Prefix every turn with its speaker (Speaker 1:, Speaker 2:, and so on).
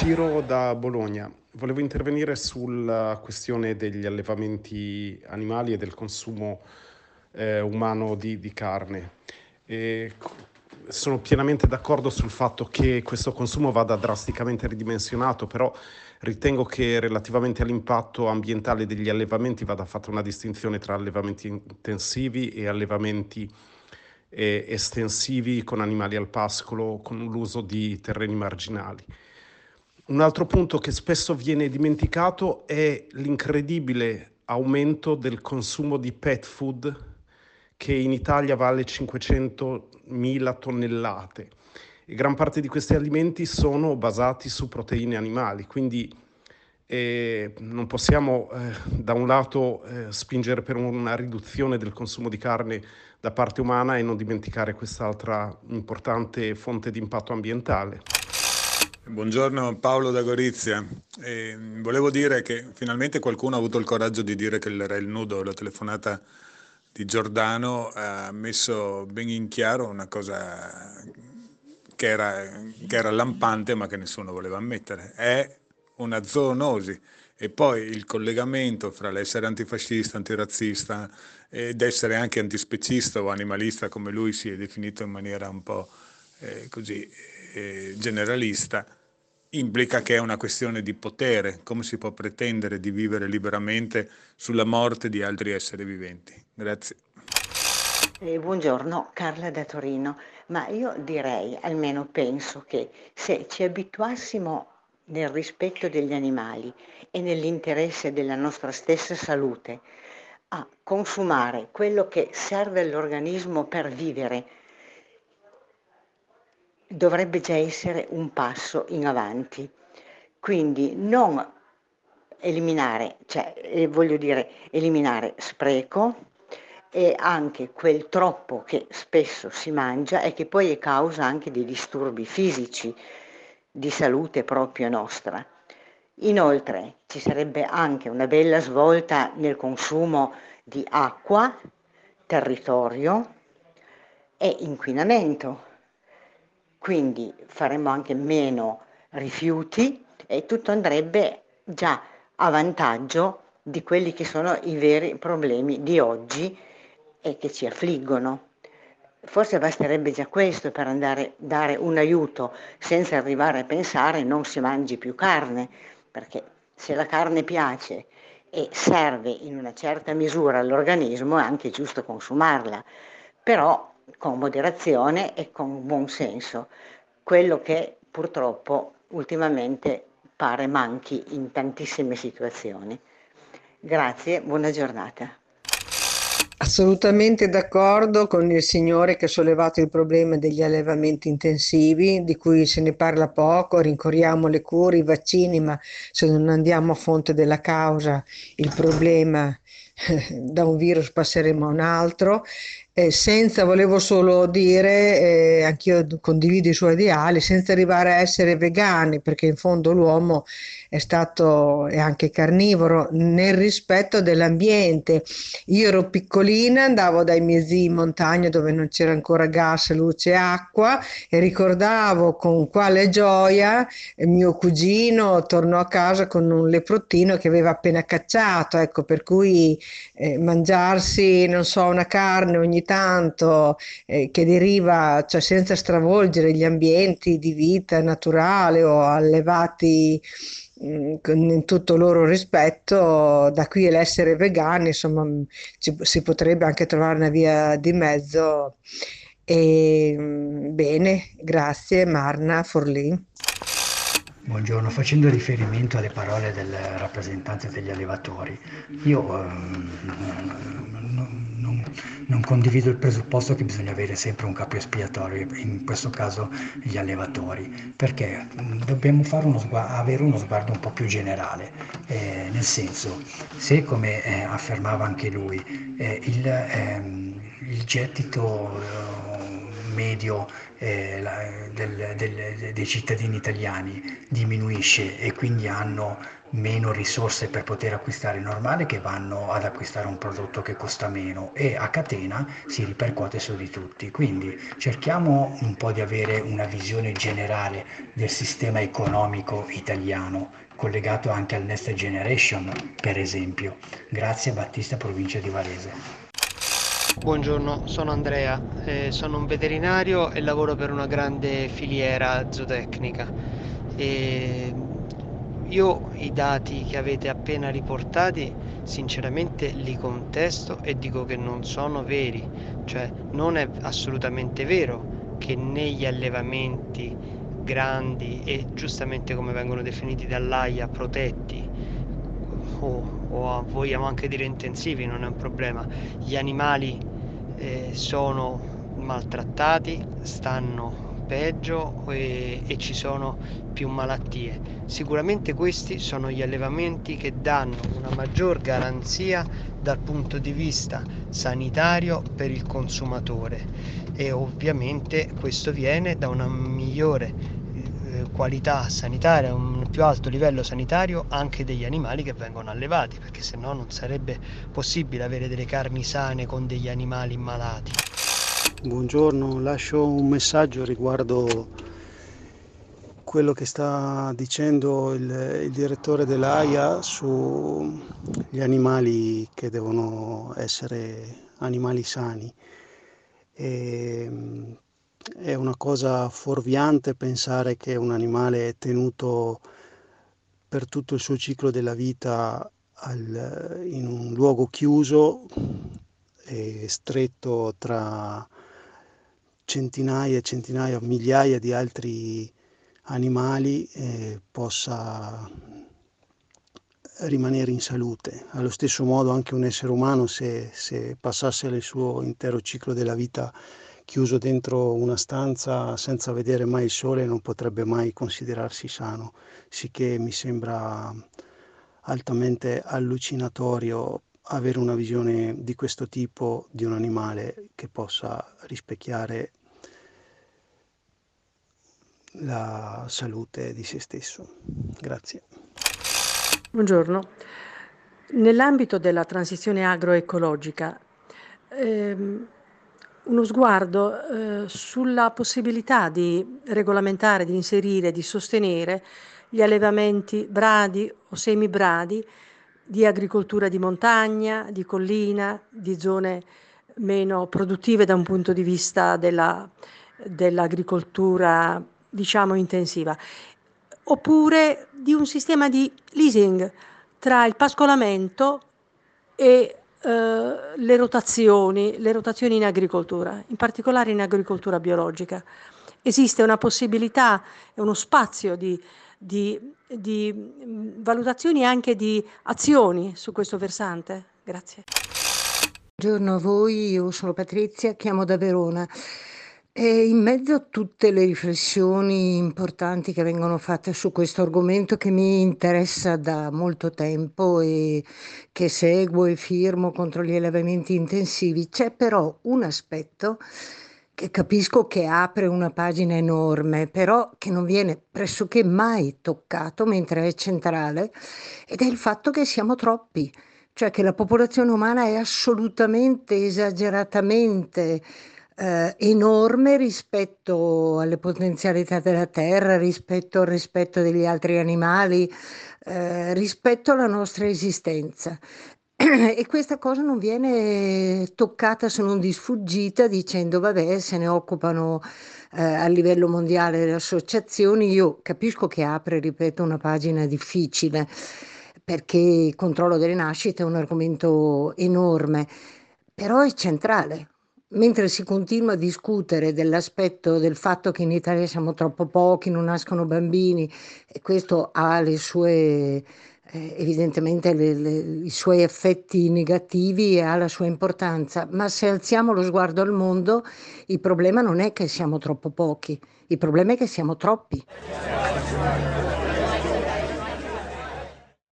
Speaker 1: Ciro da Bologna. Volevo intervenire sulla questione degli allevamenti animali e del consumo umano di carne. E sono pienamente d'accordo sul fatto che questo consumo vada drasticamente ridimensionato, però ritengo che relativamente all'impatto ambientale degli allevamenti vada fatta una distinzione tra allevamenti intensivi e allevamenti estensivi con animali al pascolo, con l'uso di terreni marginali. Un altro punto che spesso viene dimenticato è l'incredibile aumento del consumo di pet food che in Italia vale 500.000 tonnellate e gran parte di questi alimenti sono basati su proteine animali, quindi non possiamo da un lato spingere per una riduzione del consumo di carne da parte umana e non dimenticare quest'altra importante fonte di impatto ambientale.
Speaker 2: Buongiorno, Paolo da Gorizia. Volevo dire che finalmente qualcuno ha avuto il coraggio di dire che era il nudo. La telefonata di Giordano ha messo ben in chiaro una cosa che era lampante ma che nessuno voleva ammettere. È una zoonosi. E poi il collegamento fra l'essere antifascista, antirazzista ed essere anche antispecista o animalista, come lui si è definito in maniera un po' così generalista, implica che è una questione di potere. Come si può pretendere di vivere liberamente sulla morte di altri esseri viventi? Grazie.
Speaker 3: Buongiorno, Carla da Torino, ma io direi, almeno penso che se ci abituassimo nel rispetto degli animali e nell'interesse della nostra stessa salute a consumare quello che serve all'organismo per vivere, dovrebbe già essere un passo in avanti. Quindi non eliminare, eliminare spreco e anche quel troppo che spesso si mangia e che poi è causa anche di disturbi fisici di salute proprio nostra. Inoltre ci sarebbe anche una bella svolta nel consumo di acqua, territorio e inquinamento. Quindi faremmo anche meno rifiuti e tutto andrebbe già a vantaggio di quelli che sono i veri problemi di oggi e che ci affliggono. Forse basterebbe già questo per dare un aiuto, senza arrivare a pensare non si mangi più carne, perché se la carne piace e serve in una certa misura all'organismo è anche giusto consumarla, però con moderazione e con buon senso, quello che purtroppo ultimamente pare manchi in tantissime situazioni. Grazie, buona giornata.
Speaker 4: Assolutamente d'accordo con il signore che ha sollevato il problema degli allevamenti intensivi, di cui se ne parla poco, rincorriamo le cure, i vaccini, ma se non andiamo a fonte della causa, il problema da un virus passeremo a un altro. Volevo solo dire, anch'io condivido i suoi ideali, senza arrivare a essere vegani, perché in fondo l'uomo è anche carnivoro, nel rispetto dell'ambiente. Io ero piccolina, andavo dai miei zii in montagna dove non c'era ancora gas, luce e acqua e ricordavo con quale gioia mio cugino tornò a casa con un leprottino che aveva appena cacciato, ecco, per cui mangiarsi, non so, una carne ogni tanto che deriva, cioè senza stravolgere gli ambienti di vita naturale o allevati in tutto il loro rispetto, da qui l'essere vegani, insomma, si potrebbe anche trovare una via di mezzo. Bene, grazie Marna Forlì.
Speaker 5: Buongiorno, facendo riferimento alle parole del rappresentante degli allevatori, io non condivido il presupposto che bisogna avere sempre un capo espiatorio, in questo caso gli allevatori, perché dobbiamo avere uno sguardo un po' più generale, nel senso, se come affermava anche lui, il gettito medio dei cittadini italiani diminuisce e quindi hanno meno risorse per poter acquistare il normale che vanno ad acquistare un prodotto che costa meno, e a catena si ripercuote su di tutti. Quindi cerchiamo un po' di avere una visione generale del sistema economico italiano, collegato anche al Next Generation, per esempio. Grazie, Battista, provincia di Varese.
Speaker 6: Buongiorno, sono Andrea, sono un veterinario e lavoro per una grande filiera zootecnica. E io i dati che avete appena riportati sinceramente li contesto e dico che non sono veri, cioè non è assolutamente vero che negli allevamenti grandi e giustamente come vengono definiti dall'AIA protetti o vogliamo anche dire intensivi, non è un problema, gli animali sono maltrattati, stanno peggio e ci sono più malattie. Sicuramente questi sono gli allevamenti che danno una maggior garanzia dal punto di vista sanitario per il consumatore, e ovviamente questo viene da una migliore qualità sanitaria, un più alto livello sanitario anche degli animali che vengono allevati, perché se no non sarebbe possibile avere delle carni sane con degli animali malati.
Speaker 7: Buongiorno, lascio un messaggio riguardo quello che sta dicendo il direttore dell'AIA sugli animali che devono essere animali sani. È una cosa fuorviante pensare che un animale è tenuto per tutto il suo ciclo della vita in un luogo chiuso e stretto tra centinaia e centinaia, migliaia di altri animali, possa rimanere in salute. Allo stesso modo anche un essere umano, se passasse il suo intero ciclo della vita chiuso dentro una stanza senza vedere mai il sole, non potrebbe mai considerarsi sano, sicché mi sembra altamente allucinatorio avere una visione di questo tipo di un animale che possa rispecchiare la salute di se stesso. Grazie.
Speaker 8: Buongiorno. Nell'ambito della transizione agroecologica, uno sguardo sulla possibilità di regolamentare, di inserire, di sostenere gli allevamenti bradi o semibradi di agricoltura di montagna, di collina, di zone meno produttive da un punto di vista dell'agricoltura, diciamo, intensiva, oppure di un sistema di leasing tra il pascolamento e le rotazioni in agricoltura, in particolare in agricoltura biologica. Esiste una possibilità e uno spazio di valutazioni e anche di azioni su questo versante? Grazie.
Speaker 4: Buongiorno a voi, io sono Patrizia, chiamo da Verona. E in mezzo a tutte le riflessioni importanti che vengono fatte su questo argomento che mi interessa da molto tempo e che seguo e firmo contro gli allevamenti intensivi, c'è però un aspetto che capisco che apre una pagina enorme, però che non viene pressoché mai toccato, mentre è centrale, ed è il fatto che siamo troppi. Cioè che la popolazione umana è assolutamente, esageratamente enorme rispetto alle potenzialità della terra, rispetto al rispetto degli altri animali, rispetto alla nostra esistenza. E questa cosa non viene toccata se non di sfuggita, dicendo vabbè, se ne occupano a livello mondiale le associazioni. Io capisco che apre, ripeto, una pagina difficile, perché il controllo delle nascite è un argomento enorme, però è centrale. Mentre si continua a discutere dell'aspetto del fatto che in Italia siamo troppo pochi, non nascono bambini, e questo ha le sue, evidentemente i suoi effetti negativi e ha la sua importanza, ma se alziamo lo sguardo al mondo, il problema non è che siamo troppo pochi, il problema è che siamo troppi.